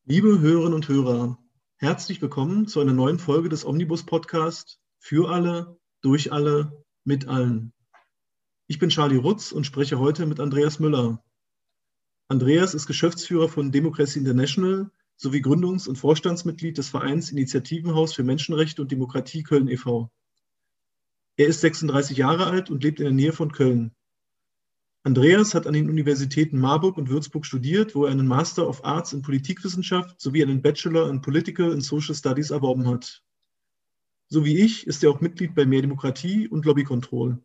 Liebe Hörerinnen und Hörer, herzlich willkommen zu einer neuen Folge des Omnibus-Podcasts für alle, durch alle, mit allen. Ich bin Charlie Rutz und spreche heute mit Andreas Müller. Andreas ist Geschäftsführer von Democracy International sowie Gründungs- und Vorstandsmitglied des Vereins Initiativenhaus für Menschenrechte und Demokratie Köln e.V. Er ist 36 Jahre alt und lebt in der Nähe von Köln. Andreas hat an den Universitäten Marburg und Würzburg studiert, wo er einen Master of Arts in Politikwissenschaft sowie einen Bachelor in Political and Social Studies erworben hat. So wie ich ist er auch Mitglied bei Mehr Demokratie und Lobby Control.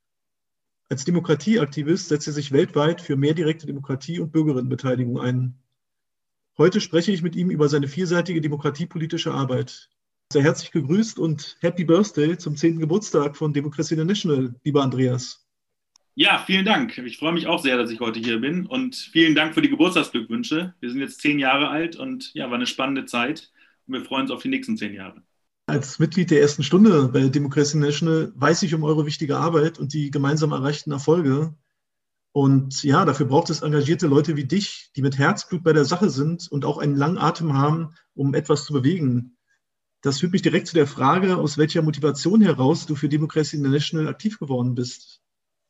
Als Demokratieaktivist setzt er sich weltweit für mehr direkte Demokratie und Bürgerinnenbeteiligung ein. Heute spreche ich mit ihm über seine vielseitige demokratiepolitische Arbeit. Sehr herzlich gegrüßt und Happy Birthday zum 10. Geburtstag von Democracy International, lieber Andreas. Ja, vielen Dank. Ich freue mich auch sehr, dass ich heute hier bin und vielen Dank für die Geburtstagsglückwünsche. Wir sind jetzt 10 Jahre alt und ja, war eine spannende Zeit und wir freuen uns auf die nächsten 10 Jahre. Als Mitglied der ersten Stunde bei Democracy National weiß ich um eure wichtige Arbeit und die gemeinsam erreichten Erfolge. Und ja, dafür braucht es engagierte Leute wie dich, die mit Herzblut bei der Sache sind und auch einen langen Atem haben, um etwas zu bewegen. Das führt mich direkt zu der Frage, aus welcher Motivation heraus du für Democracy International aktiv geworden bist.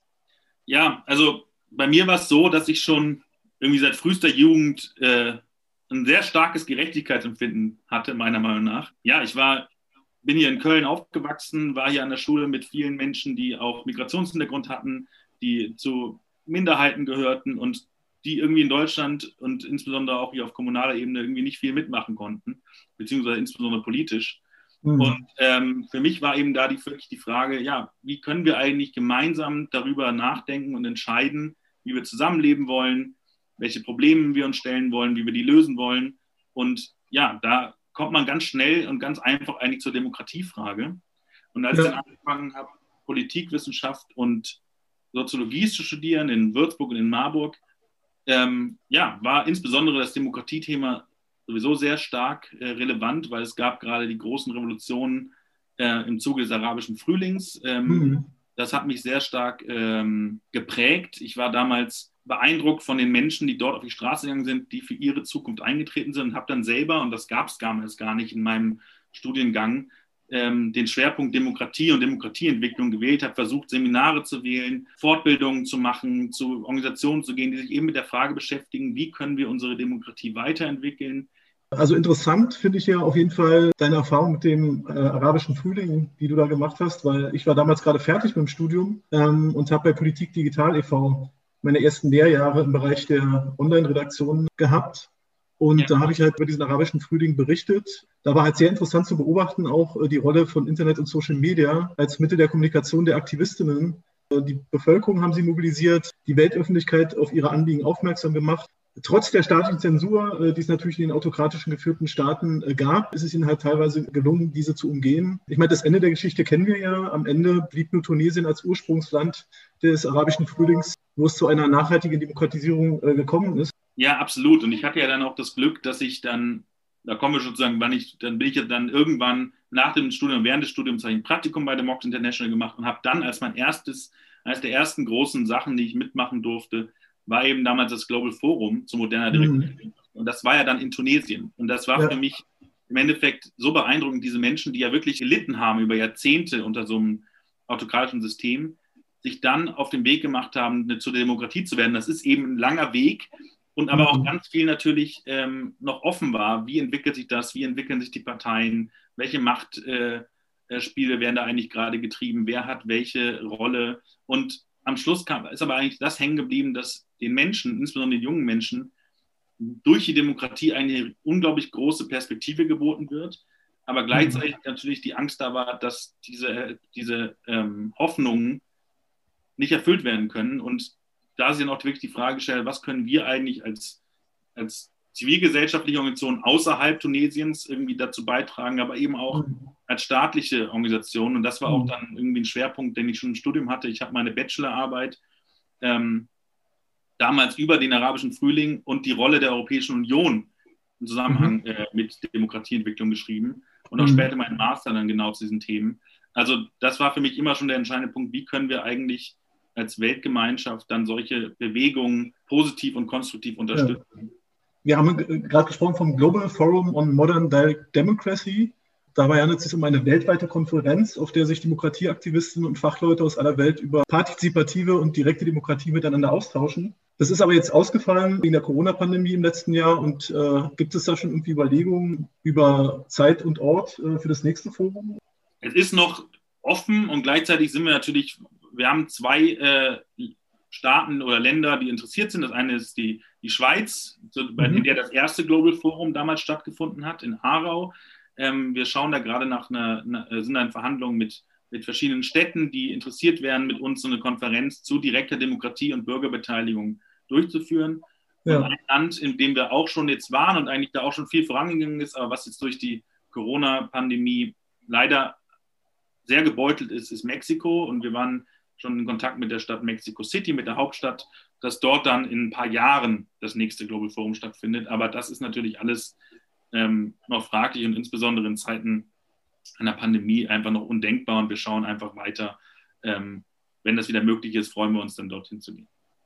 Ja, also bei mir war es so, dass ich schon irgendwie seit frühester Jugend ein sehr starkes Gerechtigkeitsempfinden hatte, meiner Meinung nach. Ja, bin hier in Köln aufgewachsen, war hier an der Schule mit vielen Menschen, die auch Migrationshintergrund hatten, die zu Minderheiten gehörten und die irgendwie in Deutschland und insbesondere auch hier auf kommunaler Ebene irgendwie nicht viel mitmachen konnten, beziehungsweise insbesondere politisch. Und für mich war eben da wirklich die Frage, ja, wie können wir eigentlich gemeinsam darüber nachdenken und entscheiden, wie wir zusammenleben wollen, welche Probleme wir uns stellen wollen, wie wir die lösen wollen. Und ja, da kommt man ganz schnell und ganz einfach eigentlich zur Demokratiefrage. Und als ich dann angefangen habe, Politikwissenschaft und Soziologie zu studieren in Würzburg und in Marburg, war insbesondere das Demokratiethema sowieso sehr stark relevant, weil es gab gerade die großen Revolutionen im Zuge des arabischen Frühlings. Das hat mich sehr stark geprägt. Ich war damals beeindruckt von den Menschen, die dort auf die Straße gegangen sind, die für ihre Zukunft eingetreten sind und habe dann selber, und das gab es damals gar nicht in meinem Studiengang, den Schwerpunkt Demokratie und Demokratieentwicklung gewählt, habe versucht, Seminare zu wählen, Fortbildungen zu machen, zu Organisationen zu gehen, die sich eben mit der Frage beschäftigen, wie können wir unsere Demokratie weiterentwickeln. Also interessant finde ich ja auf jeden Fall deine Erfahrung mit dem arabischen Frühling, die du da gemacht hast, weil ich war damals gerade fertig mit dem Studium und habe bei Politik Digital e.V. meine ersten Lehrjahre im Bereich der Online-Redaktion gehabt. Und da habe ich halt über diesen arabischen Frühling berichtet. Da war halt sehr interessant zu beobachten, auch die Rolle von Internet und Social Media als Mittel der Kommunikation der Aktivistinnen. Die Bevölkerung haben sie mobilisiert, die Weltöffentlichkeit auf ihre Anliegen aufmerksam gemacht. Trotz der staatlichen Zensur, die es natürlich in den autokratischen geführten Staaten gab, ist es ihnen halt teilweise gelungen, diese zu umgehen. Ich meine, das Ende der Geschichte kennen wir ja. Am Ende blieb nur Tunesien als Ursprungsland des arabischen Frühlings, wo es zu einer nachhaltigen Demokratisierung gekommen ist. Ja, absolut. Und ich hatte ja dann auch das Glück, dass ich dann, da kommen wir schon zu sagen, dann bin ich ja dann irgendwann nach dem Studium, während des Studiums, habe ich ein Praktikum bei Democracy International gemacht und habe dann als eines der ersten großen Sachen, die ich mitmachen durfte, war eben damals das Global Forum zu moderner Demokratie. Und das war ja dann in Tunesien. Und das war für mich im Endeffekt so beeindruckend, diese Menschen, die ja wirklich gelitten haben über Jahrzehnte unter so einem autokratischen System, sich dann auf den Weg gemacht haben, zur Demokratie zu werden. Das ist eben ein langer Weg und aber auch ganz viel natürlich noch offen war. Wie entwickelt sich das? Wie entwickeln sich die Parteien? Welche Machtspiele werden da eigentlich gerade getrieben? Wer hat welche Rolle? Und am Schluss ist aber eigentlich das hängen geblieben, dass den Menschen, insbesondere den jungen Menschen, durch die Demokratie eine unglaublich große Perspektive geboten wird, aber gleichzeitig natürlich die Angst da war, dass diese Hoffnungen nicht erfüllt werden können. Und da ist dann auch wirklich die Frage gestellt, was können wir eigentlich als zivilgesellschaftliche Organisation außerhalb Tunesiens irgendwie dazu beitragen, aber eben auch als staatliche Organisation. Und das war auch dann irgendwie ein Schwerpunkt, den ich schon im Studium hatte. Ich habe meine Bachelorarbeit damals über den arabischen Frühling und die Rolle der Europäischen Union im Zusammenhang mit Demokratieentwicklung geschrieben und auch später meinen Master dann genau zu diesen Themen. Also das war für mich immer schon der entscheidende Punkt, wie können wir eigentlich als Weltgemeinschaft dann solche Bewegungen positiv und konstruktiv unterstützen. Wir haben gerade gesprochen vom Global Forum on Modern Direct Democracy. Dabei handelt es sich um eine weltweite Konferenz, auf der sich Demokratieaktivisten und Fachleute aus aller Welt über partizipative und direkte Demokratie miteinander austauschen. Das ist aber jetzt ausgefallen wegen der Corona-Pandemie im letzten Jahr. Und gibt es da schon irgendwie Überlegungen über Zeit und Ort für das nächste Forum? Es ist noch offen und gleichzeitig wir haben zwei Staaten oder Länder, die interessiert sind. Das eine ist die Schweiz, in der das erste Global Forum damals stattgefunden hat, in Aarau. Wir schauen da gerade sind da in Verhandlungen mit verschiedenen Städten, die interessiert wären, mit uns so eine Konferenz zu direkter Demokratie und Bürgerbeteiligung durchzuführen. Ja. Und ein Land, in dem wir auch schon jetzt waren und eigentlich da auch schon viel vorangegangen ist, aber was jetzt durch die Corona-Pandemie leider sehr gebeutelt ist, ist Mexiko. Und wir waren schon in Kontakt mit der Stadt Mexico City, mit der Hauptstadt, dass dort dann in ein paar Jahren das nächste Global Forum stattfindet. Aber das ist natürlich alles noch fraglich und insbesondere in Zeiten einer Pandemie einfach noch undenkbar. Und wir schauen einfach weiter. Wenn das wieder möglich ist, freuen wir uns dann dorthin zu gehen.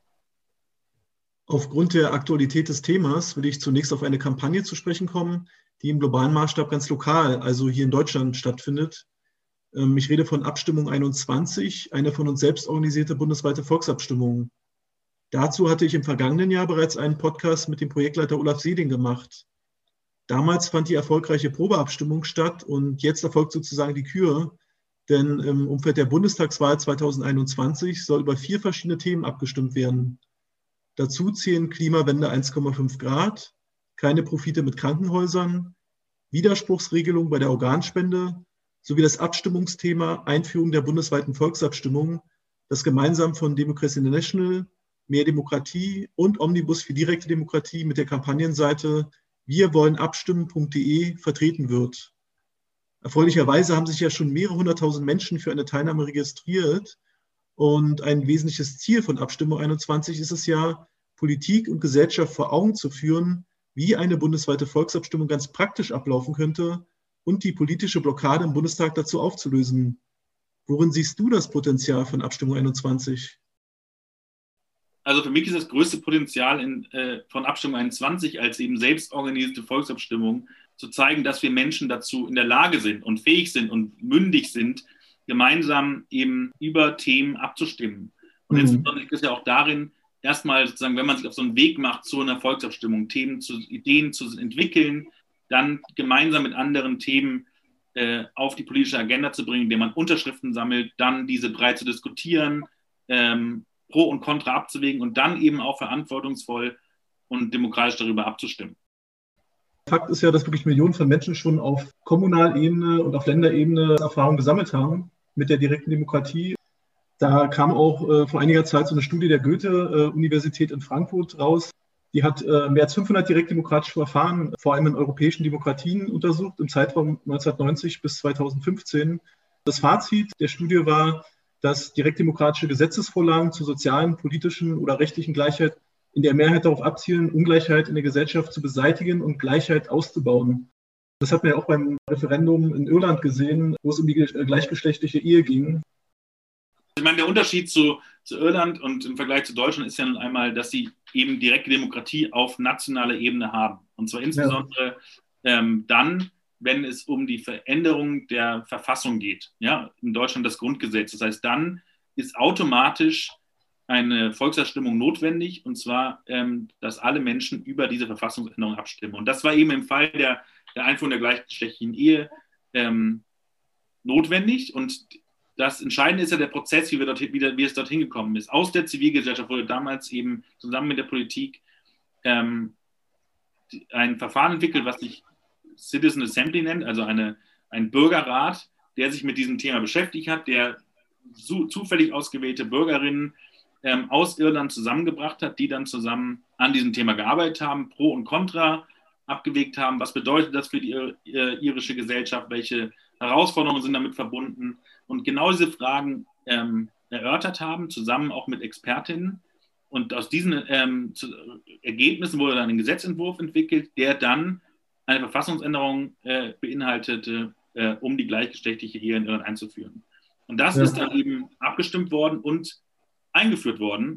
Aufgrund der Aktualität des Themas will ich zunächst auf eine Kampagne zu sprechen kommen, die im globalen Maßstab ganz lokal, also hier in Deutschland, stattfindet. Ich rede von Abstimmung 21, eine von uns selbst organisierte bundesweite Volksabstimmung. Dazu hatte ich im vergangenen Jahr bereits einen Podcast mit dem Projektleiter Olaf Seding gemacht. Damals fand die erfolgreiche Probeabstimmung statt und jetzt erfolgt sozusagen die Kür, denn im Umfeld der Bundestagswahl 2021 soll über 4 verschiedene Themen abgestimmt werden. Dazu zählen Klimawende 1,5 Grad, keine Profite mit Krankenhäusern, Widerspruchsregelung bei der Organspende sowie das Abstimmungsthema Einführung der bundesweiten Volksabstimmung, das gemeinsam von Democracy International, Mehr Demokratie und Omnibus für direkte Demokratie mit der Kampagnenseite wirwollenabstimmen.de vertreten wird. Erfreulicherweise haben sich ja schon mehrere 100.000 Menschen für eine Teilnahme registriert. Und ein wesentliches Ziel von Abstimmung 21 ist es ja, Politik und Gesellschaft vor Augen zu führen, wie eine bundesweite Volksabstimmung ganz praktisch ablaufen könnte und die politische Blockade im Bundestag dazu aufzulösen. Worin siehst du das Potenzial von Abstimmung 21? Also für mich ist das größte Potenzial von Abstimmung 21 als eben selbstorganisierte Volksabstimmung zu zeigen, dass wir Menschen dazu in der Lage sind und fähig sind und mündig sind, gemeinsam eben über Themen abzustimmen. Und insbesondere liegt es ja auch darin, erstmal sozusagen, wenn man sich auf so einen Weg macht zu einer Volksabstimmung, Ideen zu entwickeln, dann gemeinsam mit anderen Themen auf die politische Agenda zu bringen, indem man Unterschriften sammelt, dann diese breit zu diskutieren, Pro und Contra abzuwägen und dann eben auch verantwortungsvoll und demokratisch darüber abzustimmen. Fakt ist ja, dass wirklich Millionen von Menschen schon auf Kommunalebene und auf Länderebene Erfahrung gesammelt haben mit der direkten Demokratie. Da kam auch vor einiger Zeit so eine Studie der Goethe-Universität in Frankfurt raus. Die hat mehr als 500 direktdemokratische Verfahren, vor allem in europäischen Demokratien, untersucht, im Zeitraum 1990 bis 2015. Das Fazit der Studie war, dass direktdemokratische Gesetzesvorlagen zur sozialen, politischen oder rechtlichen Gleichheit in der Mehrheit darauf abzielen, Ungleichheit in der Gesellschaft zu beseitigen und Gleichheit auszubauen. Das hat man ja auch beim Referendum in Irland gesehen, wo es um die gleichgeschlechtliche Ehe ging. Ich meine, der Unterschied zu Irland und im Vergleich zu Deutschland ist ja nun einmal, dass sie eben direkte Demokratie auf nationaler Ebene haben. Und zwar insbesondere dann, wenn es um die Veränderung der Verfassung geht. Ja, in Deutschland das Grundgesetz. Das heißt, dann ist automatisch eine Volksabstimmung notwendig, und zwar, dass alle Menschen über diese Verfassungsänderung abstimmen. Und das war eben im Fall der Einführung der gleichgeschlechtlichen Ehe notwendig. Und das Entscheidende ist ja der Prozess, wie es dorthin gekommen ist. Aus der Zivilgesellschaft wurde damals eben zusammen mit der Politik ein Verfahren entwickelt, was sich Citizen Assembly nennt, also ein Bürgerrat, der sich mit diesem Thema beschäftigt hat, der zufällig ausgewählte Bürgerinnen aus Irland zusammengebracht hat, die dann zusammen an diesem Thema gearbeitet haben, Pro und Contra abgewegt haben, was bedeutet das für die irische Gesellschaft, welche Herausforderungen sind damit verbunden und genau diese Fragen erörtert haben, zusammen auch mit Expertinnen. Und aus diesen Ergebnissen wurde dann ein Gesetzentwurf entwickelt, der dann eine Verfassungsänderung beinhaltete, um die gleichgeschlechtliche Ehe in Irland einzuführen. Und das ist dann eben abgestimmt worden und eingeführt worden.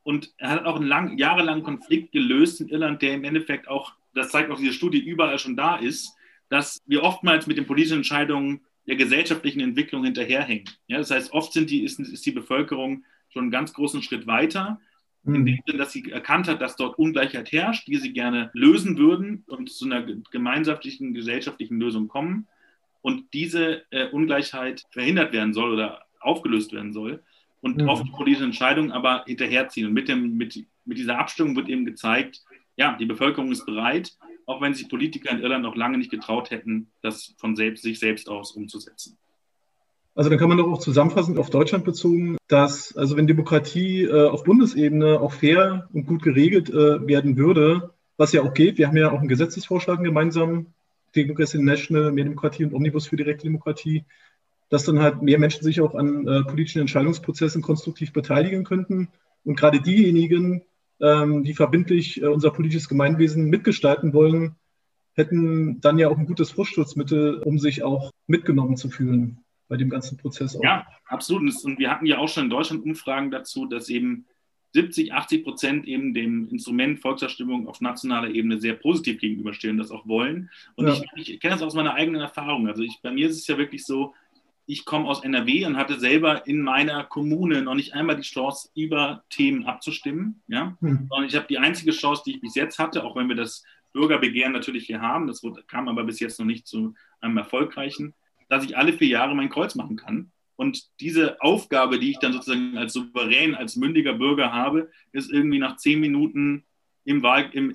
Und er hat auch einen jahrelangen Konflikt gelöst in Irland, der im Endeffekt auch, das zeigt auch diese Studie, überall schon da ist, dass wir oftmals mit den politischen Entscheidungen der gesellschaftlichen Entwicklung hinterherhängen. Ja, das heißt, oft ist die Bevölkerung schon einen ganz großen Schritt weiter, in dem Sinne, dass sie erkannt hat, dass dort Ungleichheit herrscht, die sie gerne lösen würden und zu einer gemeinschaftlichen gesellschaftlichen Lösung kommen. Und diese Ungleichheit verhindert werden soll oder aufgelöst werden soll. Und oft die politischen Entscheidungen aber hinterherziehen. Und mit dieser Abstimmung wird eben gezeigt, ja, die Bevölkerung ist bereit, auch wenn sich Politiker in Irland noch lange nicht getraut hätten, das von sich selbst aus umzusetzen. Also dann kann man doch auch zusammenfassend auf Deutschland bezogen, dass, also wenn Demokratie auf Bundesebene auch fair und gut geregelt werden würde, was ja auch geht, wir haben ja auch einen Gesetzesvorschlag gemeinsam, Democracy National, mehr Demokratie und Omnibus für direkte Demokratie, dass dann halt mehr Menschen sich auch an politischen Entscheidungsprozessen konstruktiv beteiligen könnten. Und gerade diejenigen, die verbindlich unser politisches Gemeinwesen mitgestalten wollen, hätten dann ja auch ein gutes Frustschutzmittel, um sich auch mitgenommen zu fühlen bei dem ganzen Prozess auch. Ja, absolut. Und wir hatten ja auch schon in Deutschland Umfragen dazu, dass eben 70-80% eben dem Instrument Volksabstimmung auf nationaler Ebene sehr positiv gegenüberstehen und das auch wollen. Und ja, ich kenne das aus meiner eigenen Erfahrung. Also bei mir ist es ja wirklich so, ich komme aus NRW und hatte selber in meiner Kommune noch nicht einmal die Chance, über Themen abzustimmen. Ja? Und ich habe die einzige Chance, die ich bis jetzt hatte, auch wenn wir das Bürgerbegehren natürlich hier haben, das kam aber bis jetzt noch nicht zu einem erfolgreichen, dass ich alle 4 Jahre mein Kreuz machen kann. Und diese Aufgabe, die ich dann sozusagen als souverän, als mündiger Bürger habe, ist irgendwie nach 10 Minuten im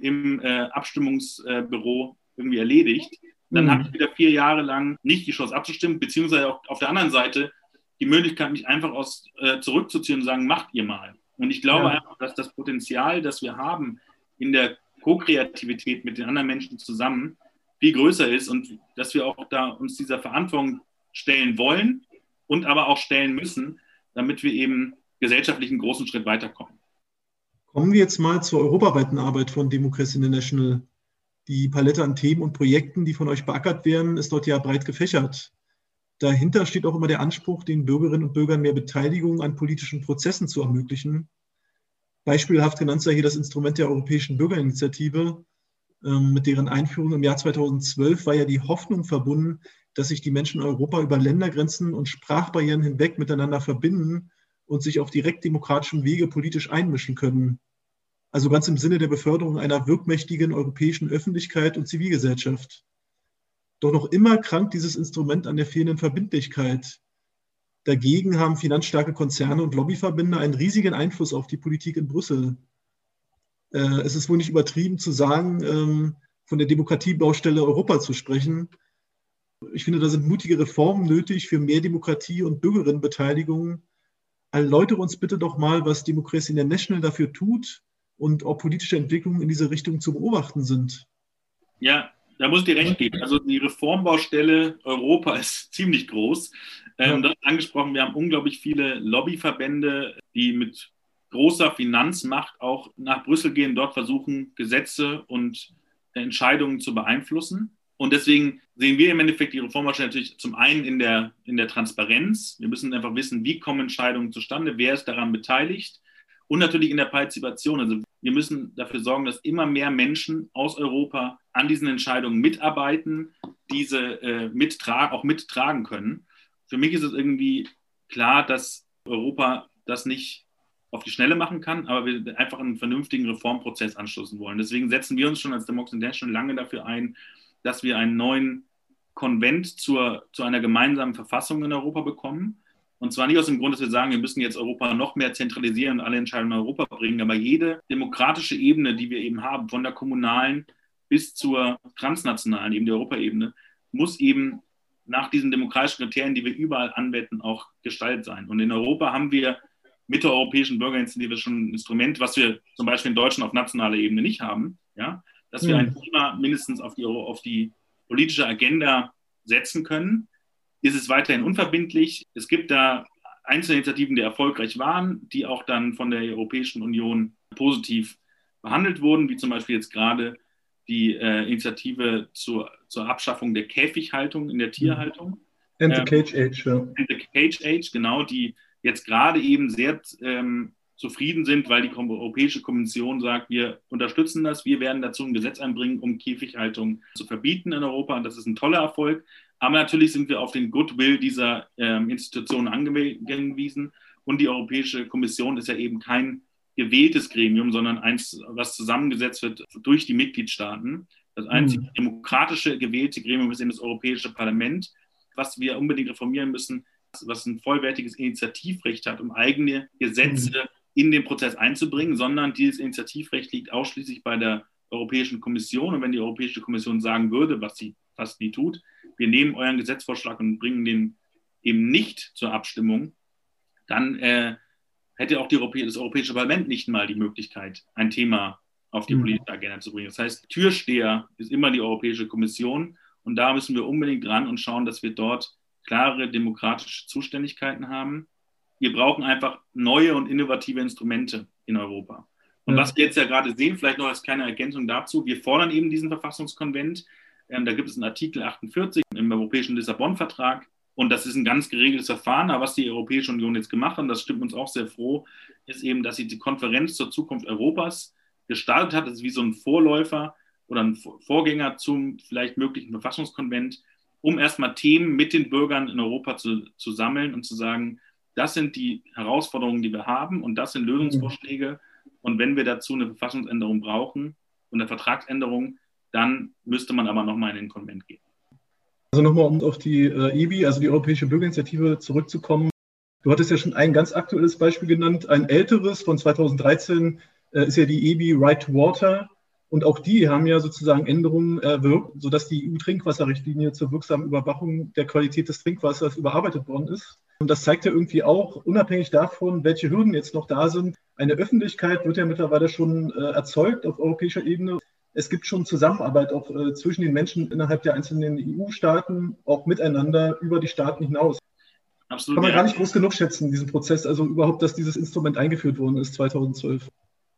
Abstimmungsbüro irgendwie erledigt. Dann habe ich wieder 4 Jahre lang nicht die Chance abzustimmen, beziehungsweise auch auf der anderen Seite die Möglichkeit, mich einfach zurückzuziehen und sagen, macht ihr mal. Und ich glaube einfach, dass das Potenzial, das wir haben in der Co-Kreativität mit den anderen Menschen zusammen, viel größer ist und dass wir auch da uns dieser Verantwortung stellen wollen und aber auch stellen müssen, damit wir eben gesellschaftlich einen großen Schritt weiterkommen. Kommen wir jetzt mal zur europaweiten Arbeit von Democracy International. Die Palette an Themen und Projekten, die von euch beackert werden, ist dort ja breit gefächert. Dahinter steht auch immer der Anspruch, den Bürgerinnen und Bürgern mehr Beteiligung an politischen Prozessen zu ermöglichen. Beispielhaft genannt sei hier das Instrument der Europäischen Bürgerinitiative. Mit deren Einführung im Jahr 2012 war ja die Hoffnung verbunden, dass sich die Menschen in Europa über Ländergrenzen und Sprachbarrieren hinweg miteinander verbinden und sich auf direkt demokratischem Wege politisch einmischen können. Also ganz im Sinne der Beförderung einer wirkmächtigen europäischen Öffentlichkeit und Zivilgesellschaft. Doch noch immer krankt dieses Instrument an der fehlenden Verbindlichkeit. Dagegen haben finanzstarke Konzerne und Lobbyverbände einen riesigen Einfluss auf die Politik in Brüssel. Es ist wohl nicht übertrieben zu sagen, von der Demokratiebaustelle Europa zu sprechen. Ich finde, da sind mutige Reformen nötig für mehr Demokratie und Bürgerinnenbeteiligung. Erläutere uns bitte doch mal, was Democracy International dafür tut und ob politische Entwicklungen in diese Richtung zu beobachten sind. Ja, da muss ich dir recht geben. Also die Reformbaustelle Europa ist ziemlich groß. Das ist angesprochen, wir haben unglaublich viele Lobbyverbände, die mit großer Finanzmacht auch nach Brüssel gehen, dort versuchen, Gesetze und Entscheidungen zu beeinflussen. Und deswegen sehen wir im Endeffekt die Reformbaustelle natürlich zum einen in der Transparenz. Wir müssen einfach wissen, wie kommen Entscheidungen zustande, wer ist daran beteiligt und natürlich in der Partizipation. Also wir müssen dafür sorgen, dass immer mehr Menschen aus Europa an diesen Entscheidungen mitarbeiten, diese auch mittragen können. Für mich ist es irgendwie klar, dass Europa das nicht auf die Schnelle machen kann, aber wir einfach einen vernünftigen Reformprozess anstoßen wollen. Deswegen setzen wir uns schon als Democracy International lange dafür ein, dass wir einen neuen Konvent zu einer gemeinsamen Verfassung in Europa bekommen. Und zwar nicht aus dem Grund, dass wir sagen, wir müssen jetzt Europa noch mehr zentralisieren und alle Entscheidungen in Europa bringen, aber jede demokratische Ebene, die wir eben haben, von der kommunalen bis zur transnationalen, eben der Europaebene, muss eben nach diesen demokratischen Kriterien, die wir überall anwenden, auch gestaltet sein. Und in Europa haben wir mit der Europäischen Bürgerinitiative schon ein Instrument, was wir zum Beispiel in Deutschland auf nationaler Ebene nicht haben, ja, dass wir ein Thema mindestens auf die politische Agenda setzen können. Ist es weiterhin unverbindlich? Es gibt da einzelne Initiativen, die erfolgreich waren, die auch dann von der Europäischen Union positiv behandelt wurden, wie zum Beispiel jetzt gerade die Initiative zur Abschaffung der Käfighaltung in der Tierhaltung. And the Cage Age, ja. And the Cage Age, genau, die jetzt gerade eben sehr zufrieden sind, weil die Europäische Kommission sagt, wir unterstützen das, wir werden dazu ein Gesetz einbringen, um Käfighaltung zu verbieten in Europa. Und das ist ein toller Erfolg. Aber natürlich sind wir auf den Goodwill dieser Institutionen angewiesen. Und die Europäische Kommission ist ja eben kein gewähltes Gremium, sondern eins, was zusammengesetzt wird durch die Mitgliedstaaten. Das einzige demokratische gewählte Gremium ist eben das Europäische Parlament, was wir unbedingt reformieren müssen, was ein vollwertiges Initiativrecht hat, um eigene Gesetze in den Prozess einzubringen, sondern dieses Initiativrecht liegt ausschließlich bei der Europäischen Kommission. Und wenn die Europäische Kommission sagen würde, was sie fast nie tut, wir nehmen euren Gesetzesvorschlag und bringen den eben nicht zur Abstimmung, dann hätte auch das Europäische Parlament nicht mal die Möglichkeit, ein Thema auf die politische Agenda zu bringen. Das heißt, Türsteher ist immer die Europäische Kommission und da müssen wir unbedingt ran und schauen, dass wir dort klare demokratische Zuständigkeiten haben. Wir brauchen einfach neue und innovative Instrumente in Europa. Und was wir jetzt ja gerade sehen, vielleicht noch als kleine Ergänzung dazu, wir fordern eben diesen Verfassungskonvent. Da gibt es einen Artikel 48 im Europäischen Lissabon-Vertrag. Und das ist ein ganz geregeltes Verfahren. Aber was die Europäische Union jetzt gemacht hat, und das stimmt uns auch sehr froh, ist eben, dass sie die Konferenz zur Zukunft Europas gestartet hat. Das ist wie so ein Vorläufer oder ein Vorgänger zum vielleicht möglichen Verfassungskonvent, um erstmal Themen mit den Bürgern in Europa zu sammeln und zu sagen, das sind die Herausforderungen, die wir haben und das sind Lösungsvorschläge. Und wenn wir dazu eine Verfassungsänderung brauchen und eine Vertragsänderung, dann müsste man aber nochmal in den Konvent gehen. Also nochmal, um auf die EBI, also die Europäische Bürgerinitiative, zurückzukommen. Du hattest ja schon ein ganz aktuelles Beispiel genannt. Ein älteres von 2013 ist ja die EBI Right to Water. Und auch die haben ja sozusagen Änderungen erwirkt, sodass die EU-Trinkwasserrichtlinie zur wirksamen Überwachung der Qualität des Trinkwassers überarbeitet worden ist. Und das zeigt ja irgendwie auch, unabhängig davon, welche Hürden jetzt noch da sind, eine Öffentlichkeit wird ja mittlerweile schon erzeugt auf europäischer Ebene. Es gibt schon Zusammenarbeit auch zwischen den Menschen innerhalb der einzelnen EU-Staaten, auch miteinander über die Staaten hinaus. Absolut, kann man gar nicht groß genug schätzen, diesen Prozess, also überhaupt, dass dieses Instrument eingeführt worden ist 2012.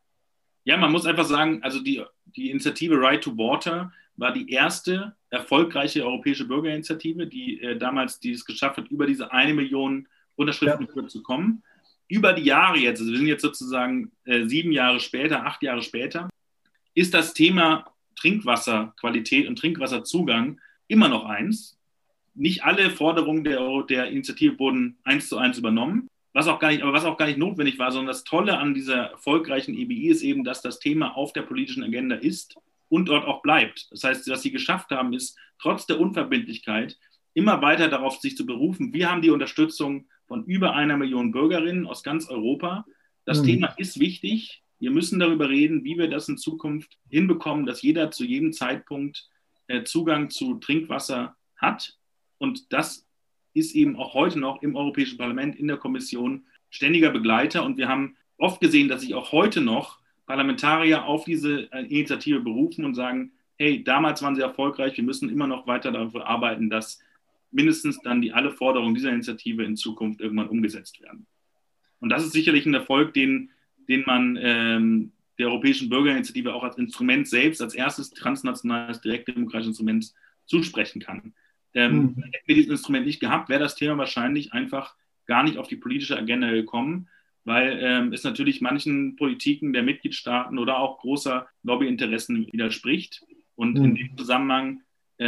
Ja, man muss einfach sagen, also die Initiative Right to Water war die erste erfolgreiche europäische Bürgerinitiative, die damals es geschafft hat, über diese 1 Million Unterschriften zu kommen. Über die Jahre jetzt, also wir sind jetzt sozusagen 7 Jahre später, 8 Jahre später, ist das Thema Trinkwasserqualität und Trinkwasserzugang immer noch eins. Nicht alle Forderungen der Initiative wurden 1:1 übernommen, was auch gar nicht notwendig war, sondern das Tolle an dieser erfolgreichen EBI ist eben, dass das Thema auf der politischen Agenda ist und dort auch bleibt. Das heißt, was sie geschafft haben, ist trotz der Unverbindlichkeit immer weiter darauf sich zu berufen. Wir haben die Unterstützung von über 1 Million Bürgerinnen aus ganz Europa. Das Thema ist wichtig. Wir müssen darüber reden, wie wir das in Zukunft hinbekommen, dass jeder zu jedem Zeitpunkt Zugang zu Trinkwasser hat. Und das ist eben auch heute noch im Europäischen Parlament, in der Kommission ständiger Begleiter. Und wir haben oft gesehen, dass sich auch heute noch Parlamentarier auf diese Initiative berufen und sagen, hey, damals waren sie erfolgreich, wir müssen immer noch weiter dafür arbeiten, dass mindestens dann alle Forderungen dieser Initiative in Zukunft irgendwann umgesetzt werden. Und das ist sicherlich ein Erfolg, den man der Europäischen Bürgerinitiative auch als Instrument selbst, als erstes transnationales direktdemokratisches Instrument zusprechen kann. Hätten wir dieses Instrument nicht gehabt, wäre das Thema wahrscheinlich einfach gar nicht auf die politische Agenda gekommen, weil es natürlich manchen Politiken der Mitgliedstaaten oder auch großer Lobbyinteressen widerspricht. Und in dem Zusammenhang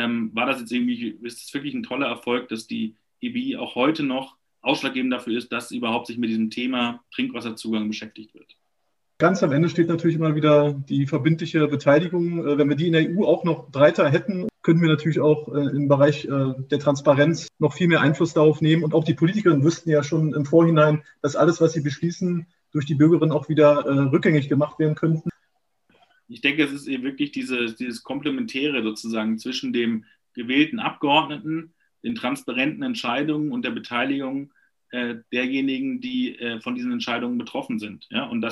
ist es wirklich ein toller Erfolg, dass die EBI auch heute noch ausschlaggebend dafür ist, dass überhaupt sich mit diesem Thema Trinkwasserzugang beschäftigt wird. Ganz am Ende steht natürlich immer wieder die verbindliche Beteiligung. Wenn wir die in der EU auch noch breiter hätten, könnten wir natürlich auch im Bereich der Transparenz noch viel mehr Einfluss darauf nehmen. Und auch die Politikerinnen wüssten ja schon im Vorhinein, dass alles, was sie beschließen, durch die Bürgerinnen auch wieder rückgängig gemacht werden könnten. Ich denke, es ist eben wirklich dieses Komplementäre sozusagen zwischen dem gewählten Abgeordneten, den transparenten Entscheidungen und der Beteiligung derjenigen, die von diesen Entscheidungen betroffen sind. Ja? Und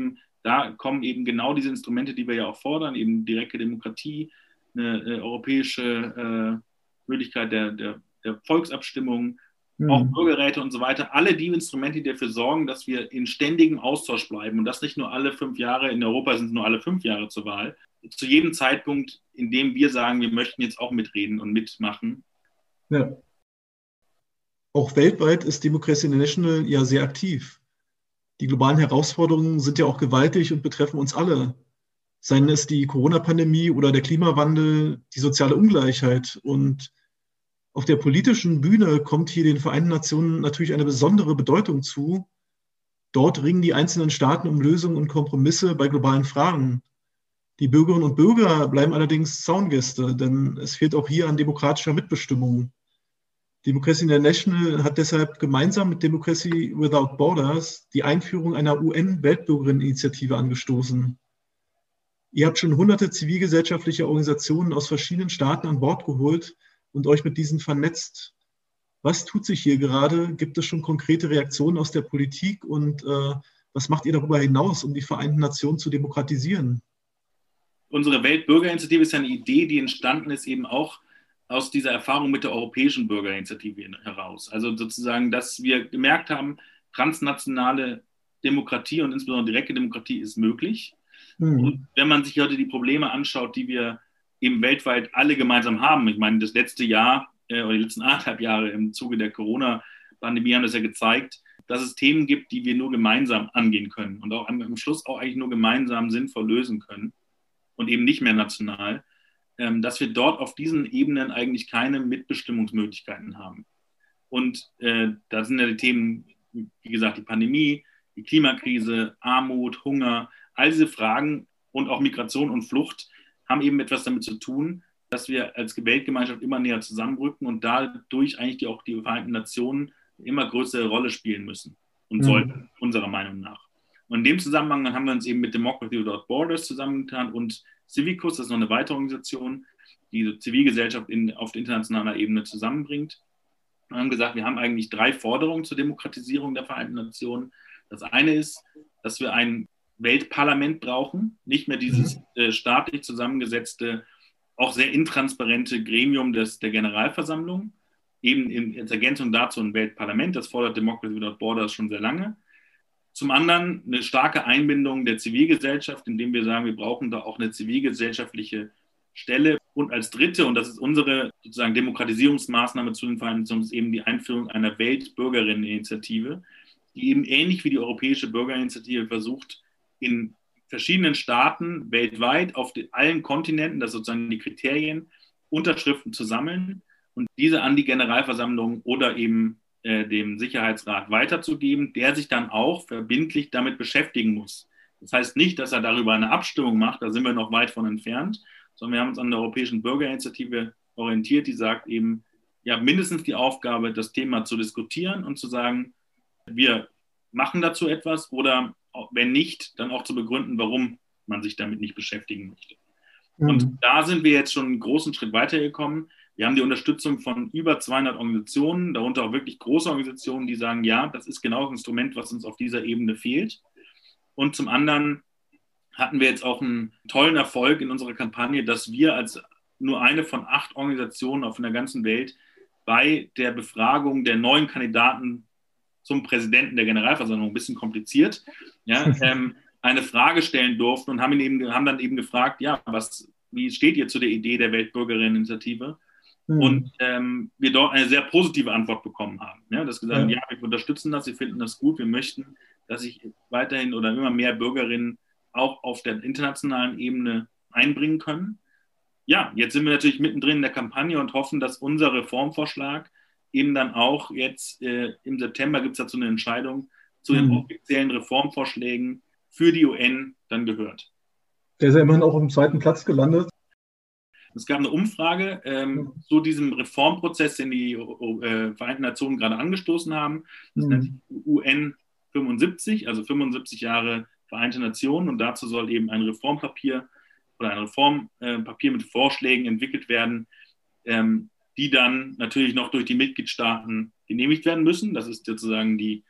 da kommen eben genau diese Instrumente, die wir ja auch fordern, eben direkte Demokratie, eine europäische Möglichkeit der Volksabstimmung, auch Bürgerräte und so weiter. Alle die Instrumente, die dafür sorgen, dass wir in ständigem Austausch bleiben und das nicht nur alle 5 Jahre, in Europa sind es nur alle 5 Jahre zur Wahl, zu jedem Zeitpunkt, in dem wir sagen, wir möchten jetzt auch mitreden und mitmachen. Ja. Auch weltweit ist Democracy International ja sehr aktiv. Die globalen Herausforderungen sind ja auch gewaltig und betreffen uns alle. Seien es die Corona-Pandemie oder der Klimawandel, die soziale Ungleichheit. Und auf der politischen Bühne kommt hier den Vereinten Nationen natürlich eine besondere Bedeutung zu. Dort ringen die einzelnen Staaten um Lösungen und Kompromisse bei globalen Fragen. Die Bürgerinnen und Bürger bleiben allerdings Zaungäste, denn es fehlt auch hier an demokratischer Mitbestimmung. Democracy International hat deshalb gemeinsam mit Democracy Without Borders die Einführung einer UN-Weltbürgerinneninitiative angestoßen. Ihr habt schon hunderte zivilgesellschaftliche Organisationen aus verschiedenen Staaten an Bord geholt und euch mit diesen vernetzt. Was tut sich hier gerade? Gibt es schon konkrete Reaktionen aus der Politik und was macht ihr darüber hinaus, um die Vereinten Nationen zu demokratisieren? Unsere Weltbürgerinitiative ist ja eine Idee, die entstanden ist eben auch aus dieser Erfahrung mit der Europäischen Bürgerinitiative heraus. Also sozusagen, dass wir gemerkt haben, transnationale Demokratie und insbesondere direkte Demokratie ist möglich. Und wenn man sich heute die Probleme anschaut, die wir eben weltweit alle gemeinsam haben, ich meine, das letzte Jahr oder die letzten 1,5 Jahre im Zuge der Corona-Pandemie haben das ja gezeigt, dass es Themen gibt, die wir nur gemeinsam angehen können und auch am Schluss auch eigentlich nur gemeinsam sinnvoll lösen können und eben nicht mehr national, dass wir dort auf diesen Ebenen eigentlich keine Mitbestimmungsmöglichkeiten haben. Und da sind ja die Themen, wie gesagt, die Pandemie, die Klimakrise, Armut, Hunger, all diese Fragen und auch Migration und Flucht haben eben etwas damit zu tun, dass wir als Weltgemeinschaft immer näher zusammenrücken und dadurch eigentlich auch die Vereinten Nationen eine immer größere Rolle spielen müssen und sollten, unserer Meinung nach. Und in dem Zusammenhang haben wir uns eben mit Democracy Without Borders zusammengetan und Civicus, das ist noch eine weitere Organisation, die die Zivilgesellschaft auf internationaler Ebene zusammenbringt. Wir haben gesagt, wir haben eigentlich 3 Forderungen zur Demokratisierung der Vereinten Nationen. Das eine ist, dass wir ein Weltparlament brauchen, nicht mehr dieses staatlich zusammengesetzte, auch sehr intransparente Gremium der Generalversammlung, eben als Ergänzung dazu ein Weltparlament, das fordert Democracy Without Borders schon sehr lange. Zum anderen eine starke Einbindung der Zivilgesellschaft, indem wir sagen, wir brauchen da auch eine zivilgesellschaftliche Stelle. Und als dritte, und das ist unsere sozusagen Demokratisierungsmaßnahme zu den Vereinten Nationen, ist eben die Einführung einer Weltbürgerinneninitiative, die eben ähnlich wie die Europäische Bürgerinitiative versucht, in verschiedenen Staaten weltweit auf allen Kontinenten, das sozusagen die Kriterien, Unterschriften zu sammeln und diese an die Generalversammlung oder eben dem Sicherheitsrat weiterzugeben, der sich dann auch verbindlich damit beschäftigen muss. Das heißt nicht, dass er darüber eine Abstimmung macht, da sind wir noch weit von entfernt, sondern wir haben uns an der Europäischen Bürgerinitiative orientiert, die sagt eben, ihr habt mindestens die Aufgabe, das Thema zu diskutieren und zu sagen, wir machen dazu etwas oder wenn nicht, dann auch zu begründen, warum man sich damit nicht beschäftigen möchte. Und da sind wir jetzt schon einen großen Schritt weitergekommen. Wir haben die Unterstützung von über 200 Organisationen, darunter auch wirklich große Organisationen, die sagen, ja, das ist genau das Instrument, was uns auf dieser Ebene fehlt. Und zum anderen hatten wir jetzt auch einen tollen Erfolg in unserer Kampagne, dass wir als nur eine von 8 Organisationen auf der ganzen Welt bei der Befragung der neuen Kandidaten zum Präsidenten der Generalversammlung, ein bisschen kompliziert, ja, eine Frage stellen durften und haben dann eben gefragt, ja, wie steht ihr zu der Idee der Weltbürgerinneninitiative? Und wir dort eine sehr positive Antwort bekommen haben. Ja, dass gesagt, ja, wir unterstützen das, wir finden das gut, wir möchten, dass sich weiterhin oder immer mehr Bürgerinnen auch auf der internationalen Ebene einbringen können. Ja, jetzt sind wir natürlich mittendrin in der Kampagne und hoffen, dass unser Reformvorschlag eben dann auch jetzt im September gibt es dazu eine Entscheidung zu den offiziellen Reformvorschlägen für die UN dann gehört. Der ist ja immerhin auch auf dem 2. Platz gelandet. Es gab eine Umfrage zu diesem Reformprozess, den die Vereinten Nationen gerade angestoßen haben. Das nennt sich UN 75, also 75 Jahre Vereinte Nationen. Und dazu soll eben ein Reformpapier oder ein Reformpapier mit Vorschlägen entwickelt werden, die dann natürlich noch durch die Mitgliedstaaten genehmigt werden müssen. Das ist sozusagen die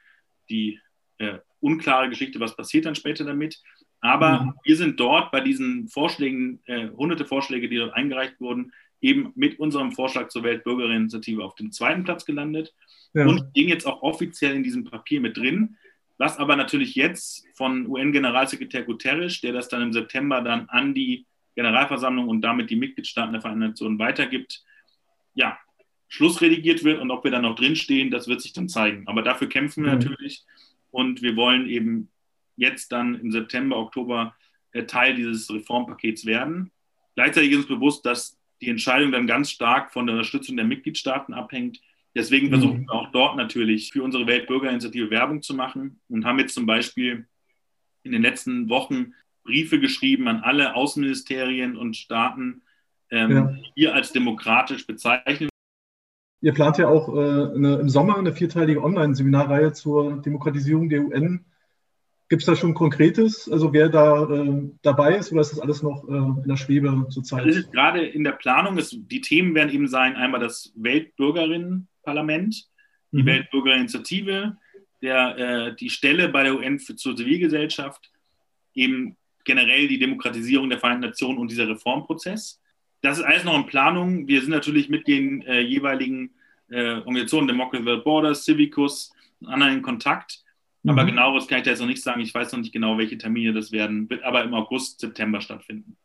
unklare Geschichte, was passiert dann später damit. Aber wir sind dort bei diesen Vorschlägen, hunderte Vorschläge, die dort eingereicht wurden, eben mit unserem Vorschlag zur Weltbürgerinneninitiative auf dem 2. Platz gelandet und stehen jetzt auch offiziell in diesem Papier mit drin, was aber natürlich jetzt von UN-Generalsekretär Guterres, der das dann im September dann an die Generalversammlung und damit die Mitgliedstaaten der Vereinten Nationen weitergibt, ja, schlussredigiert wird und ob wir dann noch drinstehen, das wird sich dann zeigen. Aber dafür kämpfen wir natürlich Und wir wollen eben jetzt dann im September, Oktober Teil dieses Reformpakets werden. Gleichzeitig ist uns bewusst, dass die Entscheidung dann ganz stark von der Unterstützung der Mitgliedstaaten abhängt. Deswegen versuchen wir auch dort natürlich für unsere Weltbürgerinitiative Werbung zu machen und haben jetzt zum Beispiel in den letzten Wochen Briefe geschrieben an alle Außenministerien und Staaten, die wir als demokratisch bezeichnen. Ihr plant ja auch im Sommer eine 4-teilige Online-Seminarreihe zur Demokratisierung der UN. Gibt es da schon Konkretes, also wer da dabei ist, oder ist das alles noch in der Schwebe zurzeit? Das ist gerade in der Planung. Die Themen werden eben sein, einmal das Weltbürgerinnenparlament, die Weltbürgerinitiative, die Stelle bei der UN zur Zivilgesellschaft, eben generell die Demokratisierung der Vereinten Nationen und dieser Reformprozess. Das ist alles noch in Planung. Wir sind natürlich mit den jeweiligen Organisationen, Democracy Without Borders, Civicus und anderen in Kontakt. Aber genaueres kann ich da jetzt noch nicht sagen. Ich weiß noch nicht genau, welche Termine das werden, wird aber im August, September stattfinden.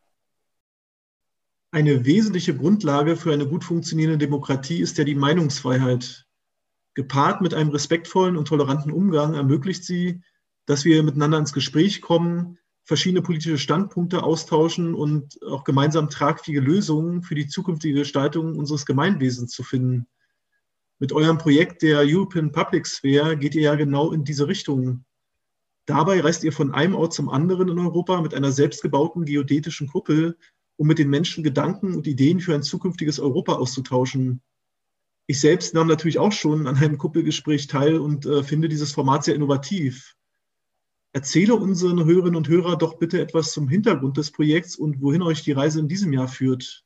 Eine wesentliche Grundlage für eine gut funktionierende Demokratie ist ja die Meinungsfreiheit. Gepaart mit einem respektvollen und toleranten Umgang ermöglicht sie, dass wir miteinander ins Gespräch kommen, verschiedene politische Standpunkte austauschen und auch gemeinsam tragfähige Lösungen für die zukünftige Gestaltung unseres Gemeinwesens zu finden. Mit eurem Projekt der European Public Sphere geht ihr ja genau in diese Richtung. Dabei reist ihr von einem Ort zum anderen in Europa mit einer selbstgebauten geodätischen Kuppel, um mit den Menschen Gedanken und Ideen für ein zukünftiges Europa auszutauschen. Ich selbst nahm natürlich auch schon an einem Kuppelgespräch teil und finde dieses Format sehr innovativ. Erzähle unseren Hörerinnen und Hörern doch bitte etwas zum Hintergrund des Projekts und wohin euch die Reise in diesem Jahr führt.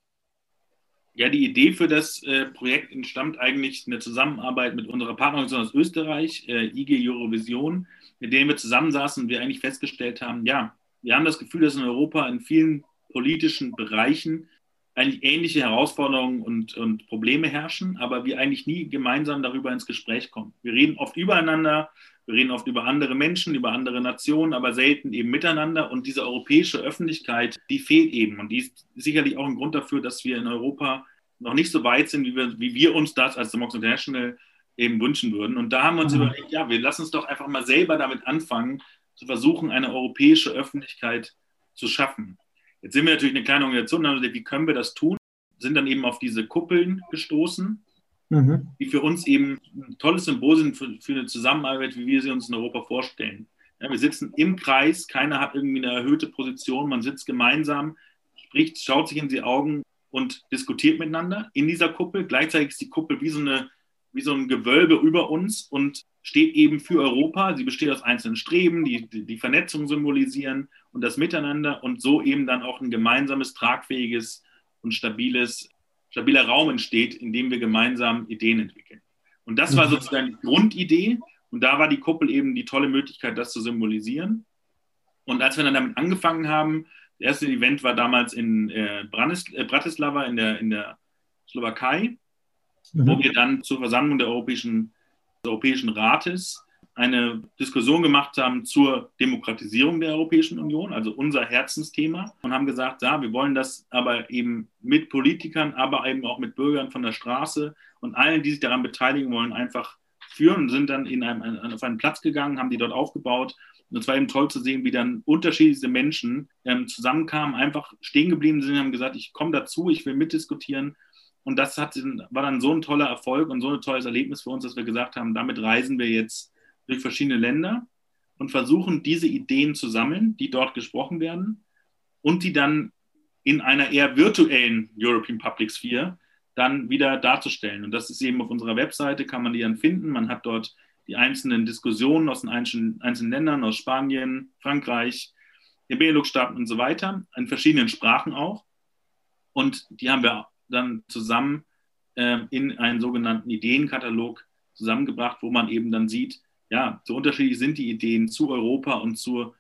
Ja, die Idee für das Projekt entstammt eigentlich in der Zusammenarbeit mit unserer Partnerin aus Österreich, IG Eurovision, mit denen wir zusammensaßen und wir eigentlich festgestellt haben, ja, wir haben das Gefühl, dass in Europa in vielen politischen Bereichen eigentlich ähnliche Herausforderungen und Probleme herrschen, aber wir eigentlich nie gemeinsam darüber ins Gespräch kommen. Wir reden oft übereinander, wir reden oft über andere Menschen, über andere Nationen, aber selten eben miteinander. Und diese europäische Öffentlichkeit, die fehlt eben. Und die ist sicherlich auch ein Grund dafür, dass wir in Europa noch nicht so weit sind, wie wir uns das als Democracy International eben wünschen würden. Und da haben wir uns überlegt, ja, wir lassen uns doch einfach mal selber damit anfangen, zu versuchen, eine europäische Öffentlichkeit zu schaffen. Jetzt sind wir natürlich eine kleine Organisation, also wie können wir das tun? Sind dann eben auf diese Kuppeln gestoßen, die für uns eben ein tolles Symbol sind für eine Zusammenarbeit, wie wir sie uns in Europa vorstellen. Ja, wir sitzen im Kreis, keiner hat irgendwie eine erhöhte Position, man sitzt gemeinsam, spricht, schaut sich in die Augen und diskutiert miteinander in dieser Kuppel. Gleichzeitig ist die Kuppel wie so ein Gewölbe über uns und steht eben für Europa. Sie besteht aus einzelnen Streben, die Vernetzung symbolisieren und das Miteinander und so eben dann auch ein gemeinsames, tragfähiges und stabiler Raum entsteht, in dem wir gemeinsam Ideen entwickeln. Und das war sozusagen die Grundidee und da war die Kuppel eben die tolle Möglichkeit, das zu symbolisieren. Und als wir dann damit angefangen haben, das erste Event war damals in Bratislava in der Slowakei, wo wir dann zur Versammlung des Europäischen Rates eine Diskussion gemacht haben zur Demokratisierung der Europäischen Union, also unser Herzensthema, und haben gesagt, ja, wir wollen das aber eben mit Politikern, aber eben auch mit Bürgern von der Straße und allen, die sich daran beteiligen wollen, einfach führen und sind dann auf einen Platz gegangen, haben die dort aufgebaut. Und es war eben toll zu sehen, wie dann unterschiedliche Menschen zusammenkamen, einfach stehen geblieben sind und haben gesagt, ich komme dazu, ich will mitdiskutieren. Und das war dann so ein toller Erfolg und so ein tolles Erlebnis für uns, dass wir gesagt haben, damit reisen wir jetzt durch verschiedene Länder und versuchen, diese Ideen zu sammeln, die dort gesprochen werden und die dann in einer eher virtuellen European Public Sphere dann wieder darzustellen. Und das ist eben auf unserer Webseite, kann man die dann finden. Man hat dort die einzelnen Diskussionen aus den einzelnen Ländern, aus Spanien, Frankreich, den Benelux-Staaten und so weiter, in verschiedenen Sprachen auch. Und die haben wir dann zusammen in einen sogenannten Ideenkatalog zusammengebracht, wo man eben dann sieht, ja, so unterschiedlich sind die Ideen zu Europa und zu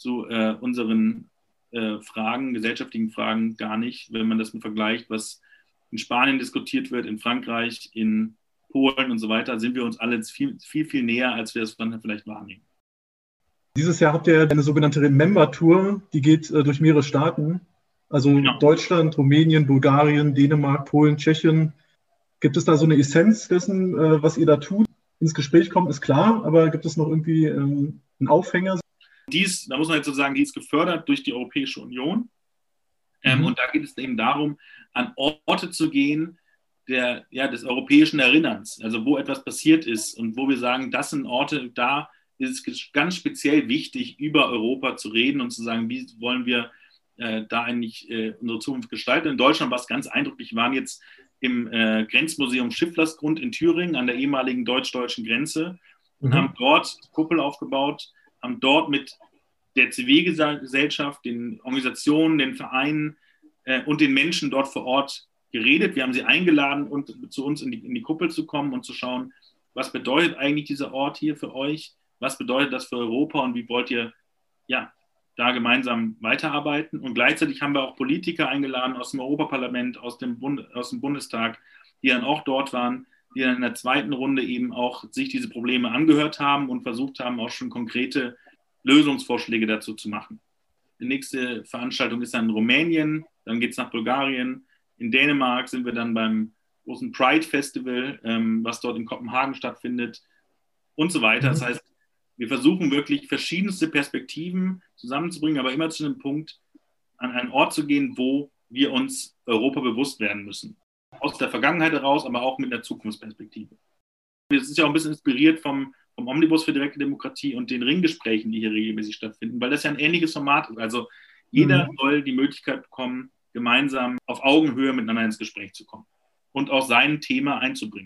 unseren gesellschaftlichen Fragen gar nicht, wenn man das vergleicht, was in Spanien diskutiert wird, in Frankreich, in Polen und so weiter, sind wir uns alle viel, viel, viel näher, als wir es dann vielleicht wahrnehmen. Dieses Jahr habt ihr eine sogenannte Remember-Tour, die geht durch mehrere Staaten, also genau. Deutschland, Rumänien, Bulgarien, Dänemark, Polen, Tschechien. Gibt es da so eine Essenz dessen, was ihr da tut? ins Gespräch kommt, ist klar, aber gibt es noch irgendwie einen Aufhänger? Da muss man jetzt so sagen, die ist gefördert durch die Europäische Union. Und da geht es eben darum, an Orte zu gehen, des europäischen Erinnerns, also wo etwas passiert ist und wo wir sagen, das sind Orte, da ist es ganz speziell wichtig, über Europa zu reden und zu sagen, wie wollen wir da eigentlich unsere Zukunft gestalten. In Deutschland war es ganz eindrücklich, wir waren jetzt im Grenzmuseum Schifflersgrund in Thüringen an der ehemaligen deutsch-deutschen Grenze und haben dort Kuppel aufgebaut, haben dort mit der Zivilgesellschaft, den Organisationen, den Vereinen und den Menschen dort vor Ort geredet. Wir haben sie eingeladen, zu uns in die Kuppel zu kommen und zu schauen, was bedeutet eigentlich dieser Ort hier für euch? Was bedeutet das für Europa und wie wollt ihr da gemeinsam weiterarbeiten? Und gleichzeitig haben wir auch Politiker eingeladen aus dem Europaparlament, aus dem Bundestag, die dann auch dort waren, die dann in der zweiten Runde eben auch sich diese Probleme angehört haben und versucht haben, auch schon konkrete Lösungsvorschläge dazu zu machen. Die nächste Veranstaltung ist dann in Rumänien, dann geht es nach Bulgarien. In Dänemark sind wir dann beim großen Pride Festival, was dort in Kopenhagen stattfindet und so weiter. Das heißt, wir versuchen wirklich verschiedenste Perspektiven zusammenzubringen, aber immer zu einem Punkt, an einen Ort zu gehen, wo wir uns Europa bewusst werden müssen. Aus der Vergangenheit heraus, aber auch mit einer Zukunftsperspektive. Das ist ja auch ein bisschen inspiriert vom Omnibus für direkte Demokratie und den Ringgesprächen, die hier regelmäßig stattfinden, weil das ja ein ähnliches Format ist. Also jeder soll die Möglichkeit bekommen, gemeinsam auf Augenhöhe miteinander ins Gespräch zu kommen und auch sein Thema einzubringen.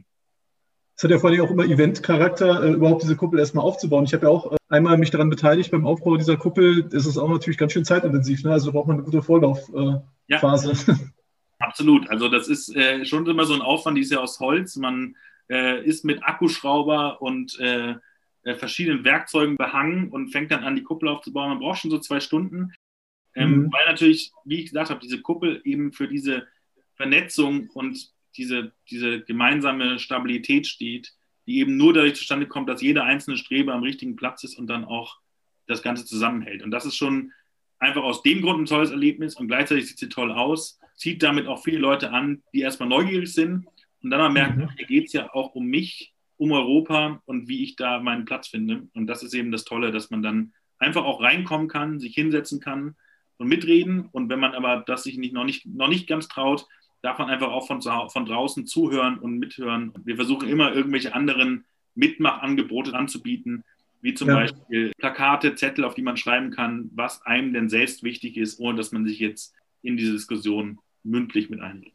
Es hat ja vor allem auch immer Event-Charakter, überhaupt diese Kuppel erstmal aufzubauen. Ich habe ja auch einmal mich daran beteiligt beim Aufbau dieser Kuppel. Das ist auch natürlich ganz schön zeitintensiv, ne? Also braucht man eine gute Vorlaufphase. Ja, absolut. Also das ist schon immer so ein Aufwand, die ist ja aus Holz. Man ist mit Akkuschrauber und verschiedenen Werkzeugen behangen und fängt dann an, die Kuppel aufzubauen. Man braucht schon so 2 Stunden, weil natürlich, wie ich gesagt habe, diese Kuppel eben für diese Vernetzung und diese gemeinsame Stabilität steht, die eben nur dadurch zustande kommt, dass jeder einzelne Streber am richtigen Platz ist und dann auch das Ganze zusammenhält. Und das ist schon einfach aus dem Grund ein tolles Erlebnis und gleichzeitig sieht sie toll aus, zieht damit auch viele Leute an, die erstmal neugierig sind und dann mal merken, hier geht es ja auch um mich, um Europa und wie ich da meinen Platz finde. Und das ist eben das Tolle, dass man dann einfach auch reinkommen kann, sich hinsetzen kann und mitreden. Und wenn man aber das sich noch nicht ganz traut, darf man einfach auch von draußen zuhören und mithören. Wir versuchen immer, irgendwelche anderen Mitmachangebote anzubieten, wie zum Beispiel Plakate, Zettel, auf die man schreiben kann, was einem denn selbst wichtig ist, ohne dass man sich jetzt in diese Diskussion mündlich mit einbringt.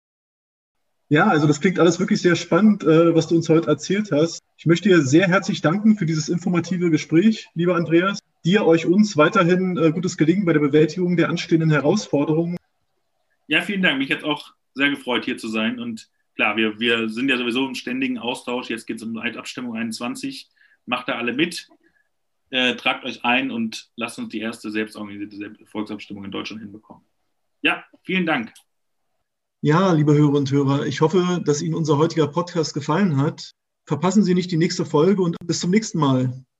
Ja, also das klingt alles wirklich sehr spannend, was du uns heute erzählt hast. Ich möchte dir sehr herzlich danken für dieses informative Gespräch, lieber Andreas. Dir, uns weiterhin gutes Gelingen bei der Bewältigung der anstehenden Herausforderungen. Ja, vielen Dank. Mich hat es auch sehr gefreut, hier zu sein. Und klar, wir sind ja sowieso im ständigen Austausch. Jetzt geht es um Abstimmung 21. Macht da alle mit, tragt euch ein und lasst uns die erste selbstorganisierte Volksabstimmung in Deutschland hinbekommen. Ja, vielen Dank. Ja, liebe Hörerinnen und Hörer, ich hoffe, dass Ihnen unser heutiger Podcast gefallen hat. Verpassen Sie nicht die nächste Folge und bis zum nächsten Mal.